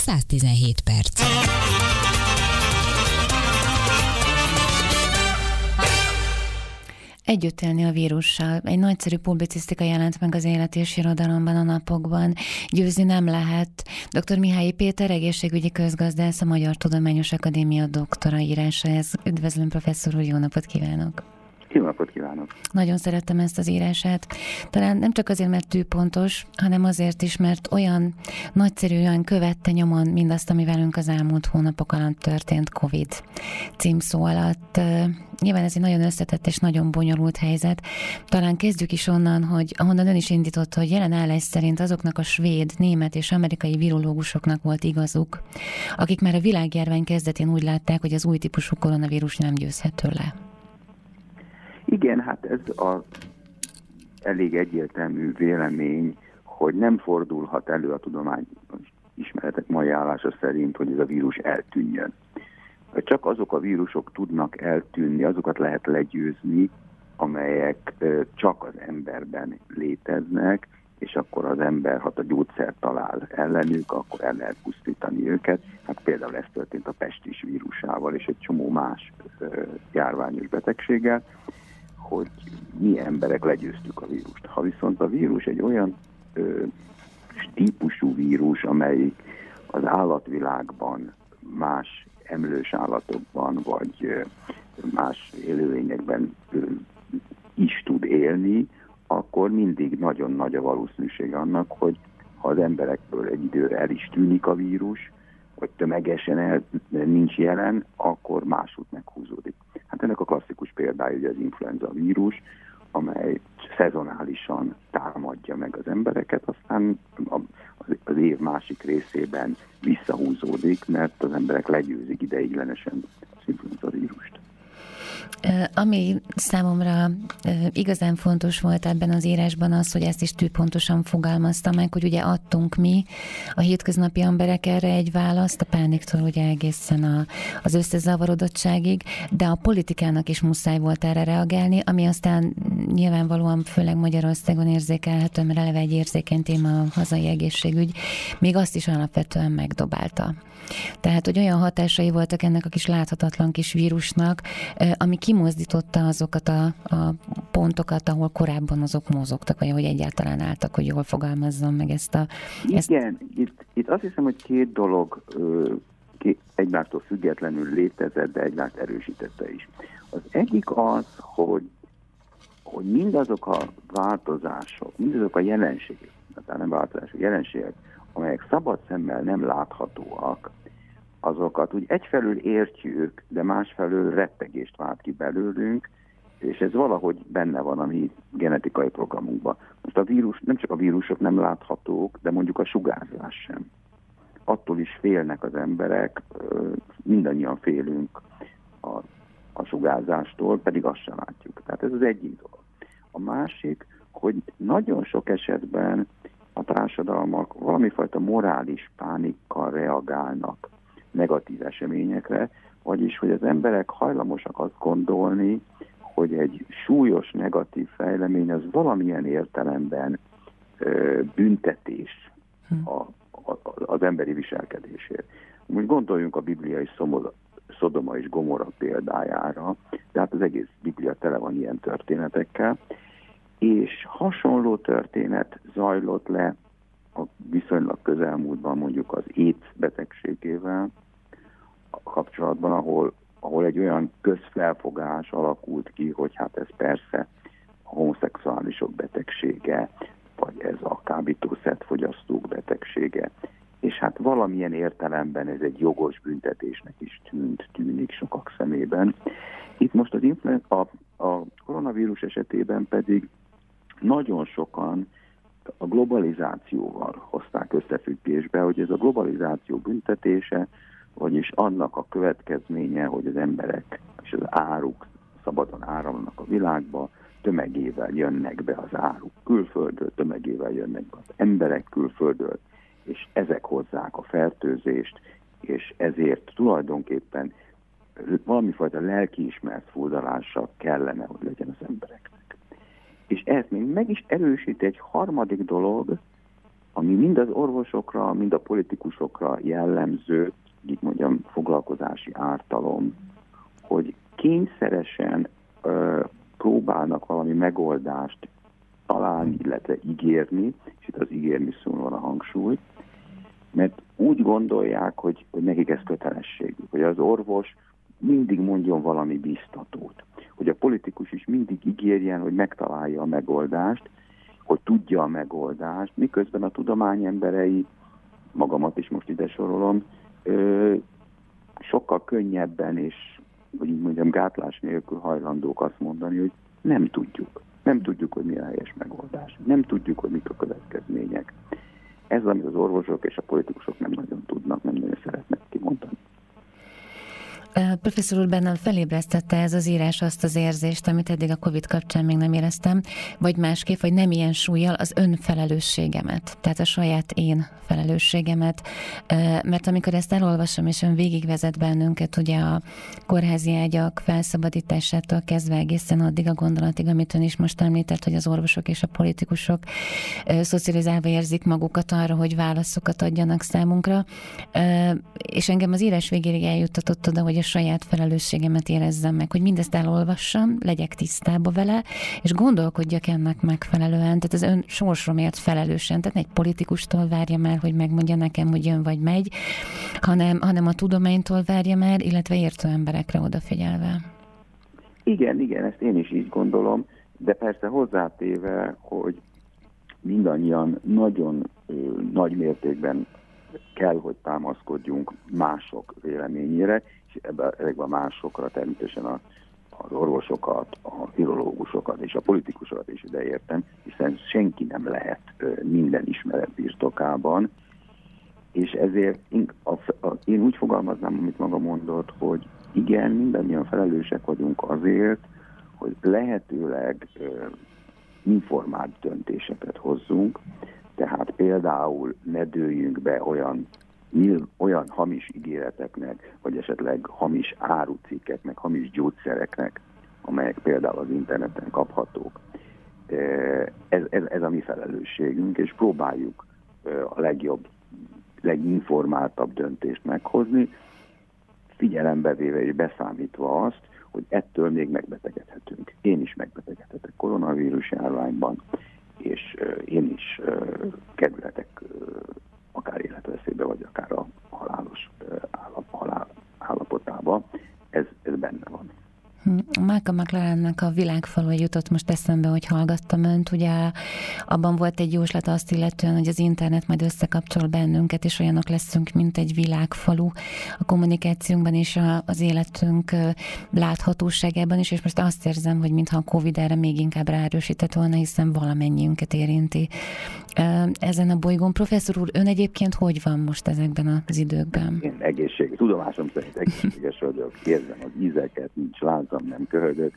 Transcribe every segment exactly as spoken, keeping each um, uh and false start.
száz tizenhét perc. Együtt élni a vírussal. Egy nagyszerű publicisztika jelent meg az Élet és Irodalomban a napokban. Győzni nem lehet. dr. Mihályi Péter, egészségügyi közgazdász, a Magyar Tudományos Akadémia doktora írása ez. Üdvözlöm, professzor úr, jó napot kívánok! Jó napot kívánok! Nagyon szerettem ezt az írását. Talán nem csak azért, mert tűpontos, hanem azért is, mert olyan nagyszerűen követte nyomon mindazt, ami velünk az elmúlt hónapok alatt történt Covid címszó alatt. Nyilván ez egy nagyon összetett és nagyon bonyolult helyzet. Talán kezdjük is onnan, hogy ahonnan ön is indította, hogy jelen állás szerint azoknak a svéd, német és amerikai virológusoknak volt igazuk, akik már a világjárvány kezdetén úgy látták, hogy az új típusú koronavírus nem győzhető le. Igen, hát ez a elég egyértelmű vélemény, hogy nem fordulhat elő a tudományos ismeretek mai állása szerint, hogy ez a vírus eltűnjön. Csak azok a vírusok tudnak eltűnni, azokat lehet legyőzni, amelyek csak az emberben léteznek, és akkor az ember, ha a gyógyszert talál ellenük, akkor el lehet pusztítani őket. Hát például ez történt a pestis vírusával, és egy csomó más járványos betegséggel, hogy mi emberek legyőztük a vírust. Ha viszont a vírus egy olyan ö, típusú vírus, amelyik az állatvilágban, más emlős állatokban, vagy ö, más élőlényekben ö, is tud élni, akkor mindig nagyon nagy a valószínűség annak, hogy ha az emberekből egy időre el is tűnik a vírus, vagy tömegesen el, nincs jelen, akkor máshogy meghúzódik. Hát ennek a klasszikus példája ugye az influenza vírus, amely szezonálisan támadja meg az embereket, aztán az év másik részében visszahúzódik, mert az emberek legyőzik ideiglenesen az influenza vírust. Ami számomra igazán fontos volt ebben az írásban az, hogy ezt is tűpontosan fogalmazta meg, hogy ugye adtunk mi, a hétköznapi emberek erre egy választ, a pániktól ugye egészen a, az összezavarodottságig, de a politikának is muszáj volt erre reagálni, ami aztán nyilvánvalóan főleg Magyarországon érzékelhető, mert eleve egy érzékeny téma a hazai egészségügy, még azt is alapvetően megdobálta. Tehát, hogy olyan hatásai voltak ennek a kis láthatatlan kis vírusnak, ami kimozdította azokat a, a pontokat, ahol korábban azok mozogtak, vagy ahogy egyáltalán álltak, hogy jól fogalmazzam meg ezt a... Ezt... Igen, itt, itt azt hiszem, hogy két dolog két, egymástól függetlenül létezett, de egymást erősítette is. Az egyik az, hogy, hogy mindazok a változások, mindazok a jelenségek, tehát nem változások, jelenségek, amelyek szabad szemmel nem láthatóak, azokat úgy egyfelől értjük, de másfelől rettegést vált ki belőlünk, és ez valahogy benne van a mi genetikai programunkban. Most a vírus, nem csak a vírusok nem láthatók, de mondjuk a sugárzás sem. Attól is félnek az emberek, mindannyian félünk a, a sugárzástól, pedig azt sem látjuk. Tehát ez az egyik dolog. A másik, hogy nagyon sok esetben a társadalmak valamifajta morális pánikkal reagálnak negatív eseményekre, vagyis, hogy az emberek hajlamosak azt gondolni, hogy egy súlyos negatív fejlemény az valamilyen értelemben ö, büntetés a, a, az emberi viselkedésért. Most gondoljunk a bibliai Szodoma és Gomorra példájára, tehát az egész Biblia tele van ilyen történetekkel, és hasonló történet zajlott le a viszonylag közelmúltban mondjuk az AIDS betegségével kapcsolatban, ahol, ahol egy olyan közfelfogás alakult ki, hogy hát ez persze a homoszexuálisok betegsége, vagy ez a kábítószert fogyasztók betegsége, és hát valamilyen értelemben ez egy jogos büntetésnek is tűnt, tűnik sokak szemében. Itt most az influ- a, a koronavírus esetében pedig nagyon sokan a globalizációval hozták összefüggésbe, hogy ez a globalizáció büntetése, vagyis annak a következménye, hogy az emberek és az áruk szabadon áramlanak a világba, tömegével jönnek be az áruk külföldről, tömegével jönnek be az emberek külföldről, és ezek hozzák a fertőzést, és ezért tulajdonképpen valamifajta lelkiismert furdalása kellene, hogy legyen az embereknek. És ez még meg is erősít egy harmadik dolog, ami mind az orvosokra, mind a politikusokra jellemző, így mondjam, foglalkozási ártalom, hogy kényszeresen ö, próbálnak valami megoldást találni, illetve ígérni, és itt az ígérni szón van a hangsúly, mert úgy gondolják, hogy, hogy nekik ez kötelességük, hogy az orvos mindig mondjon valami biztatót, hogy a politikus is mindig ígérjen, hogy megtalálja a megoldást, hogy tudja a megoldást, miközben a tudomány emberei, magamat is most ide sorolom, ö, sokkal könnyebben és, hogy így mondjam, gátlás nélkül hajlandók azt mondani, hogy nem tudjuk. Nem tudjuk, hogy mi a helyes megoldás. Nem tudjuk, hogy mik a következmények. Ez, amit az orvosok és a politikusok nem nagyon tudnak, nem nagyon szeretnek kimondani. Professzor úr, bennem felébresztette ez az írás azt az érzést, amit eddig a Covid kapcsán még nem éreztem, vagy másképp, vagy nem ilyen súllyal az önfelelősségemet, tehát a saját én felelősségemet, mert amikor ezt elolvasom, és ön végigvezet bennünket, ugye a kórházi ágyak felszabadításától kezdve egészen addig a gondolatig, amit ön is most említett, hogy az orvosok és a politikusok szocializálva érzik magukat arra, hogy válaszokat adjanak számunkra, és engem az írás végéig eljuttatott oda, hogy a saját felelősségemet érezzem meg, hogy mindezt elolvassam, legyek tisztába vele, és gondolkodjak ennek megfelelően, tehát az ön sorsomért felelősen, tehát egy politikustól várjam el, hogy megmondja nekem, hogy jön vagy megy, hanem, hanem a tudománytól várjam el, illetve értő emberekre odafigyelve. Igen, igen, ezt én is így gondolom, de persze hozzátéve, hogy mindannyian nagyon ö, nagy mértékben kell, hogy támaszkodjunk mások véleményére, és ebben a másokra természetesen a, az orvosokat, a virológusokat és a politikusokat is ideértem, hiszen senki nem lehet minden ismeret birtokában, és ezért én, a, a, én úgy fogalmaznám, amit maga mondott, hogy igen, mindannyian felelősek vagyunk azért, hogy lehetőleg uh, informált döntéseket hozzunk, tehát például ne dőljünk be olyan, olyan hamis ígéreteknek, vagy esetleg hamis árucikkeknek, hamis gyógyszereknek, amelyek például az interneten kaphatók. Ez, ez, ez a mi felelősségünk, és próbáljuk a legjobb, leginformáltabb döntést meghozni, figyelembe véve és beszámítva azt, hogy ettől még megbetegedhetünk. Én is megbetegedhetek koronavírus járványban, és én is kerülhetek akár életveszélybe, vagy akár a halálos állap, halál állapotába. Ez, ez benne van. Malcolm McLarennek a Világfalu jutott most eszembe, hogy hallgattam önt. Ugye abban volt egy jóslat azt illetően, hogy az internet majd összekapcsol bennünket, és olyanok leszünk, mint egy világfalu a kommunikációnkban és az életünk láthatóságában is, és most azt érzem, hogy mintha a Covid erre még inkább ráerősített volna, hiszen valamennyiünket érinti ezen a bolygón. Professzor úr, ön egyébként hogy van most ezekben az időkben? Én egészség, tudomásom szerint egészséges vagyok, érzem az ízeket, nincs lázam, nem köhögök.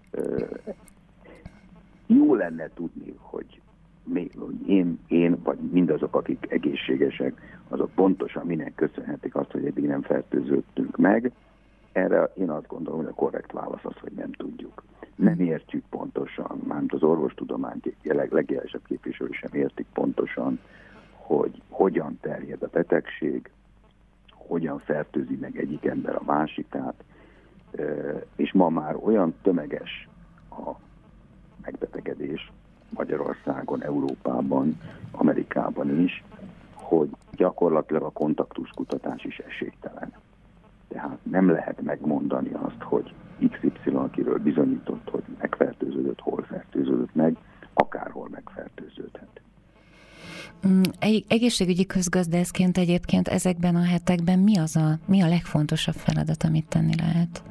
Jó lenne tudni, hogy én, én, vagy mindazok, akik egészségesek, azok pontosan minek köszönhetik azt, hogy eddig nem fertőződtünk meg. Erre én azt gondolom, hogy a korrekt válasz az, hogy nem tudjuk. Nem értjük pontosan, mármint az orvostudomány legjelesebb képviselői sem értik pontosan, hogy hogyan terjed a betegség, hogyan fertőzi meg egyik ember a másikát, és ma már olyan tömeges a megbetegedés Magyarországon, Európában, Amerikában is, hogy gyakorlatilag a kontaktuskutatás is esélytelen. Tehát nem lehet megmondani azt, hogy iksz ipszilon, akiről bizonyított, hogy megfertőződött, hol fertőződött meg, akárhol megfertőződhet. Egészségügyi közgazdászként egyébként ezekben a hetekben mi az a, mi a legfontosabb feladat, amit tenni lehet?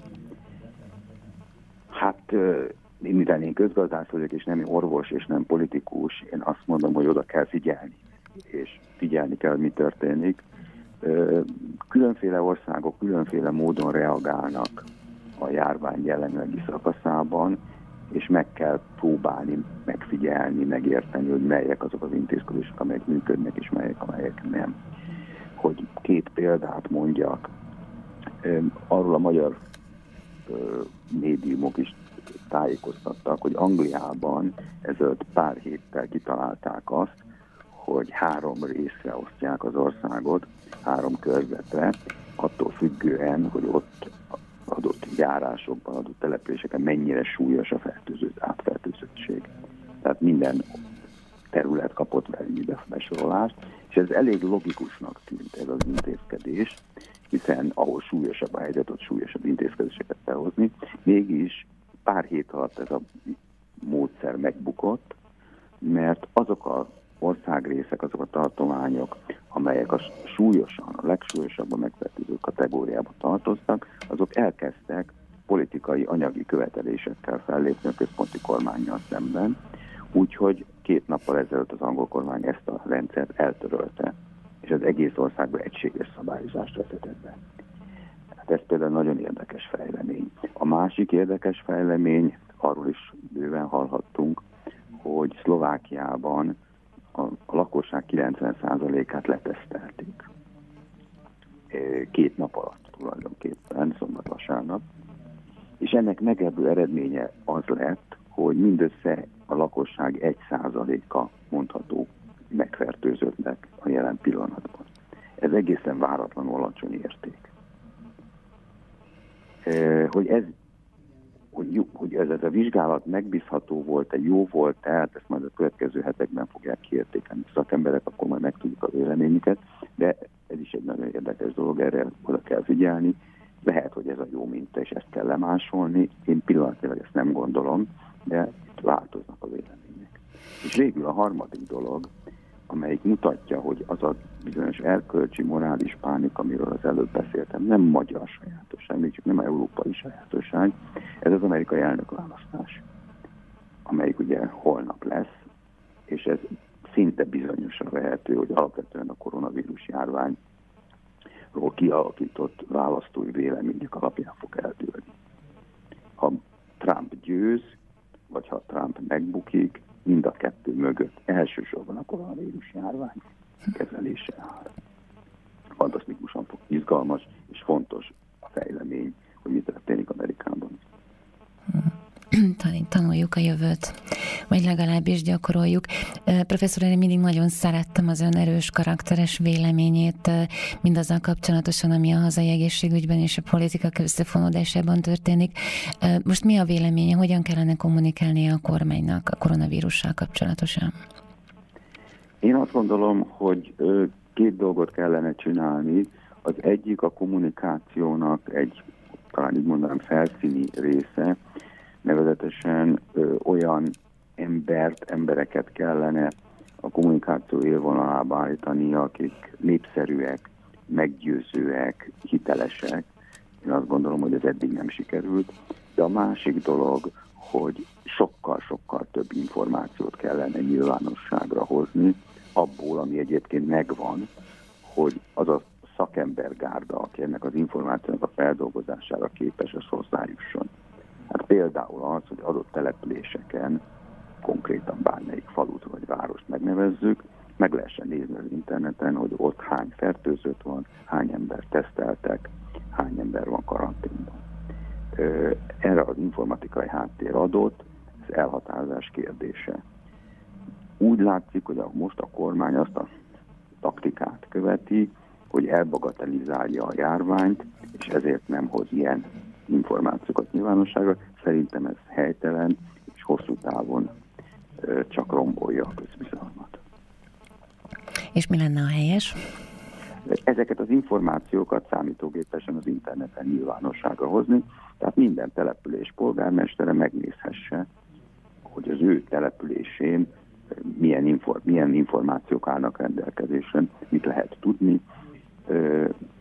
Hát én mivel én közgazdász vagyok, és nem orvos, és nem politikus, én azt mondom, hogy oda kell figyelni, és figyelni kell, hogy mi történik. Különféle országok különféle módon reagálnak a járvány jelenlegi szakaszában, és meg kell próbálni, megfigyelni, megérteni, hogy melyek azok az intézkedések, amelyek működnek, és melyek, amelyek nem. Hogy két példát mondjak, arról a magyar médiumok is tájékoztattak, hogy Angliában ezelőtt pár héttel kitalálták azt, hogy három részre osztják az országot, három körzetre, attól függően, hogy ott adott járásokban, adott településeken mennyire súlyos a fertőzött, átfertőzöttség. Tehát minden terület kapott velünk besorolást, és ez elég logikusnak tűnt ez az intézkedés, hiszen ahol súlyosabb a helyzet, ott súlyosabb intézkedéseket kell hozni. Mégis pár hét alatt ez a módszer megbukott, mert azok az országrészek, azok a tartományok, amelyek a súlyosan, a legsúlyosabban megfertőző kategóriába tartoztak, azok elkezdtek politikai, anyagi követelésekkel fellépni a központi kormánnyal szemben, úgyhogy két nappal ezelőtt az angol kormány ezt a rendszert eltörölte, és az egész országban egységes szabályozást vezetett be. Hát ez például nagyon érdekes fejlemény. A másik érdekes fejlemény, arról is bőven hallhattunk, hogy Szlovákiában a, a lakosság kilencven százalékát letesztelték. Két nap alatt tulajdonképpen, szombat-vasárnap. És ennek megebből eredménye az lett, hogy mindössze a lakosság egy százaléka mondható megfertőzöttnek a jelen pillanatban. Ez egészen váratlanul alacsony érték. Hogy ez Hogy, hogy ez, ez a vizsgálat megbízható volt-e, jó volt-e, hát ezt majd a következő hetekben fogják kiértékelni a szakemberek, akkor majd megtudjuk a véleményüket, de ez is egy nagyon érdekes dolog, erre oda kell figyelni. Lehet, hogy ez a jó minta, és ezt kell lemásolni. Én pillanatilag ezt nem gondolom, de itt változnak a vélemények. És végül a harmadik dolog, amelyik mutatja, hogy az a bizonyos erkölcsi, morális pánik, amiről az előbb beszéltem, nem magyar sajátosság, még csak nem európai sajátosság, ez az amerikai elnökválasztás, amelyik ugye holnap lesz, és ez szinte bizonyosan vehető, hogy alapvetően a koronavírus járványról kialakított választói vélemények alapján fog eldőlni. Ha Trump győz, vagy ha Trump megbukik, mind a kettő mögött elsősorban a koronavírus járvány kezelése áll. Fantasztikusan izgalmas és fontos a fejlemény, hogy mi történik Amerikában. Tanuljuk a jövőt, vagy legalábbis gyakoroljuk. Professzor, én mindig nagyon szerettem az ön erős karakteres véleményét, mindazzal kapcsolatosan, ami a hazai egészségügyben és a politika összefonódásában történik. Most mi a véleménye, hogyan kellene kommunikálnia a kormánynak a koronavírussal kapcsolatosan? Én azt gondolom, hogy két dolgot kellene csinálni. Az egyik a kommunikációnak egy, talán így mondanám, felszíni része, nevezetesen ö, olyan embert, embereket kellene a kommunikáció élvonalába állítani, akik népszerűek, meggyőzőek, hitelesek. Én azt gondolom, hogy ez eddig nem sikerült. De a másik dolog, hogy sokkal-sokkal több információt kellene nyilvánosságra hozni, abból, ami egyébként megvan, hogy az a szakembergárda, aki ennek az információnak a feldolgozására képes, az hozzájusson. Hát például az, hogy adott településeken, konkrétan bármelyik falut vagy várost megnevezzük, meg lehessen nézni az interneten, hogy ott hány fertőzött van, hány ember teszteltek, hány ember van karanténban. Erre az informatikai háttér adott, ez elhatározás kérdése. Úgy látszik, hogy a, most a kormány azt a taktikát követi, hogy elbagatelizálja a járványt, és ezért nem hoz ilyen információkat nyilvánosságra. Szerintem ez helytelen, és hosszú távon ö, csak rombolja a közbizalmat. És mi lenne a helyes? Ezeket az információkat számítógépesen az interneten nyilvánosságra hozni, tehát minden település polgármestere megnézhesse, hogy az ő településén milyen, infor, milyen információk állnak rendelkezésre, mit lehet tudni. Ö,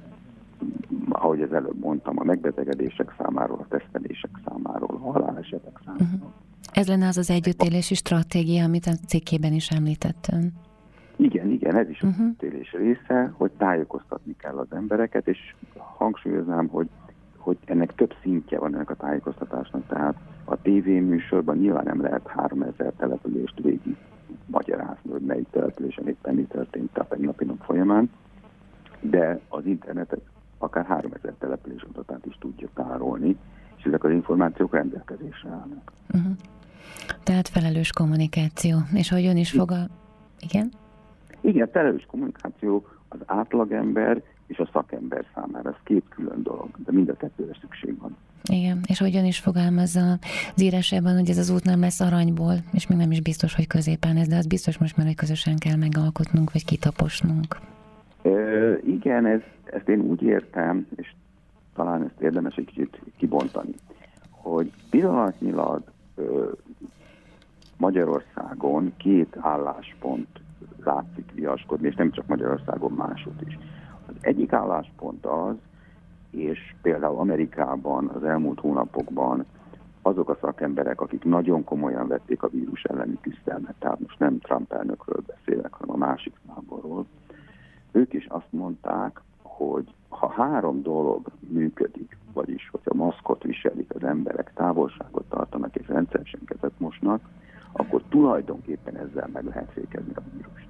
ahogy az előbb mondtam, a megbetegedések számáról, a tesztelések számáról, a halálesetek számáról. Uh-huh. Ez lenne az az együttélési stratégia, amit a cikkében is említettem. Igen, igen, ez is uh-huh. a együttélés része, hogy tájékoztatni kell az embereket, és hangsúlyoznám, hogy, hogy ennek több szintje van ennek a tájékoztatásnak, tehát a tévéműsorban nyilván nem lehet háromezer települést végig magyarázni, hogy melyik településen éppen mi történt a tegnapi nap folyamán, de az internetet akár háromezer település adatát is tudja tárolni, és ezek az információk rendelkezésre állnak. Uh-huh. Tehát felelős kommunikáció. És ahogy ön is fog a... Igen? Igen, felelős kommunikáció az átlagember és a szakember számára. Ez két külön dolog, de mind a kettőre szükség van. Igen, és hogyan is fogalmazza az írásában, hogy ez az út nem lesz aranyból, és még nem is biztos, hogy középen ez, de az biztos most már, hogy közösen kell megalkotnunk, vagy kitaposnunk. Ö, igen, ez, ezt én úgy értem, és talán ezt érdemes egy kicsit kibontani, hogy pillanatnyilag ö, Magyarországon két álláspont látszik viaskodni, és nem csak Magyarországon, máshogy is. Az egyik álláspont az, és például Amerikában az elmúlt hónapokban azok a szakemberek, akik nagyon komolyan vették a vírus elleni küzdelmet, tehát most nem Trump elnökről beszélek, hanem a másik táborról, ők is azt mondták, hogy ha három dolog működik, vagyis hogy a maszkot viselik az emberek, távolságot tartanak és rendszeresen kezet mosnak, akkor tulajdonképpen ezzel meg lehet fékezni a vírust.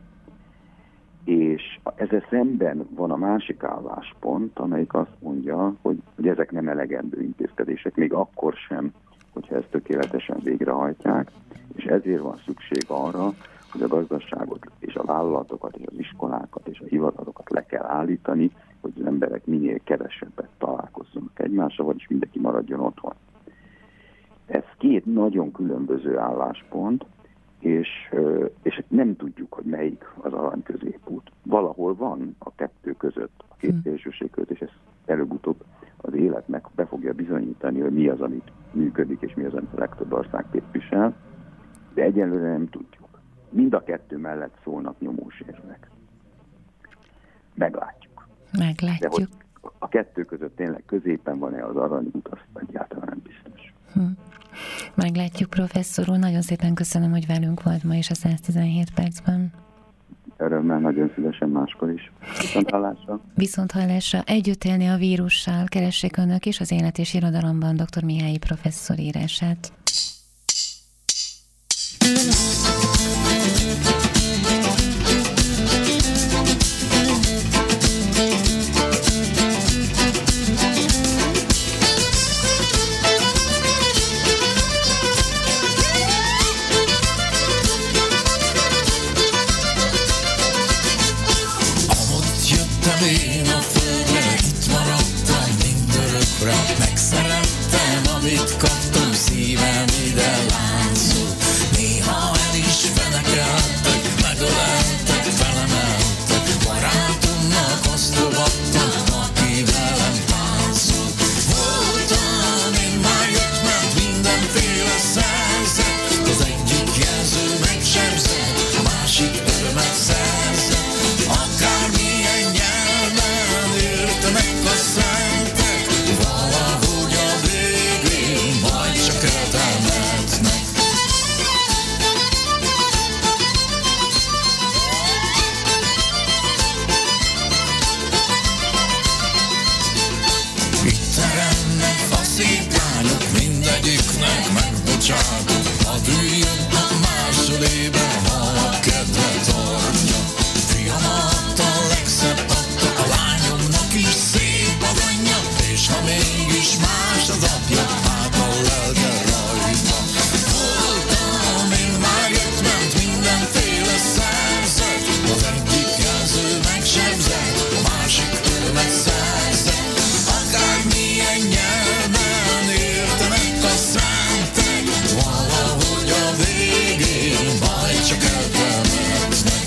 És ezzel szemben van a másik álláspont, amelyik azt mondja, hogy, hogy ezek nem elegendő intézkedések, még akkor sem, hogyha ezt tökéletesen végrehajtják, és ezért van szükség arra, hogy a gazdaságot és a vállalatokat és az iskolákat és a hivatalokat le kell állítani, hogy az emberek minél kevesebbet találkozzanak egymással, vagyis mindenki maradjon otthon. Ez két nagyon különböző álláspont, és, és nem tudjuk, hogy melyik az arany középút. Valahol van a kettő között, a két szélsőség között, és ezt előbb-utóbb az élet meg be fogja bizonyítani, hogy mi az, amit működik, és mi az, amit a legtöbb ország képvisel, de egyelőre nem tudjuk. Mind a kettő mellett szólnak nyomós érvek. Meglátjuk. Meglátjuk. De hogy a kettő között tényleg középen van-e az aranyút, azt egyáltalán nem biztos. Hm. Meglátjuk, professzor úr. Nagyon szépen köszönöm, hogy velünk volt ma is a száz tizenhét percben. Örömmel, nagyon szívesen máskor is. Viszont hallásra. Viszont hallásra. Együtt élni a vírussal. Keressék önök is az Élet és Irodalomban dr. Mihályi professzor írását. Megszerettem, amit kaptam, szívem ide láncol. Néha el is fenekeltek, megöleltek, felemeltek. Barátomnak osztogattam, aki velem táncol. Voltam én már jött, ment mindenféle szerzet. Az egyik jelző megsebzett, a másik örömet szerzett. Akármilyen nyelven értenek a szentek, valahogy a végén majd csak eltemetnek. Itt teremnek faszítányok, mindegyiknek megbocsátok. Hadd üljön a másolébe, ha a kedve tartja. Fiamat a legszebb adta, a lányomnak is szép az anyja, és ha mégis más az apja, hát a lelke rajta. Voltam én már jött, ment mindenféle szerzet, az egyik jelző megsebzett, a másik örömet szerzett. Akármilyen nyelven értenek a szentek, valahogy a végén majd csak eltemetnek.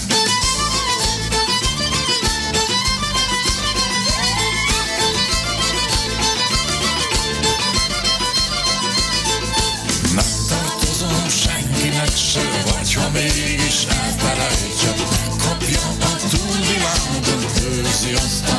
Nem tartozom senkinek se, vagy ha mégis elfelejtsek, megkapja a túlvilágon, őrzi azt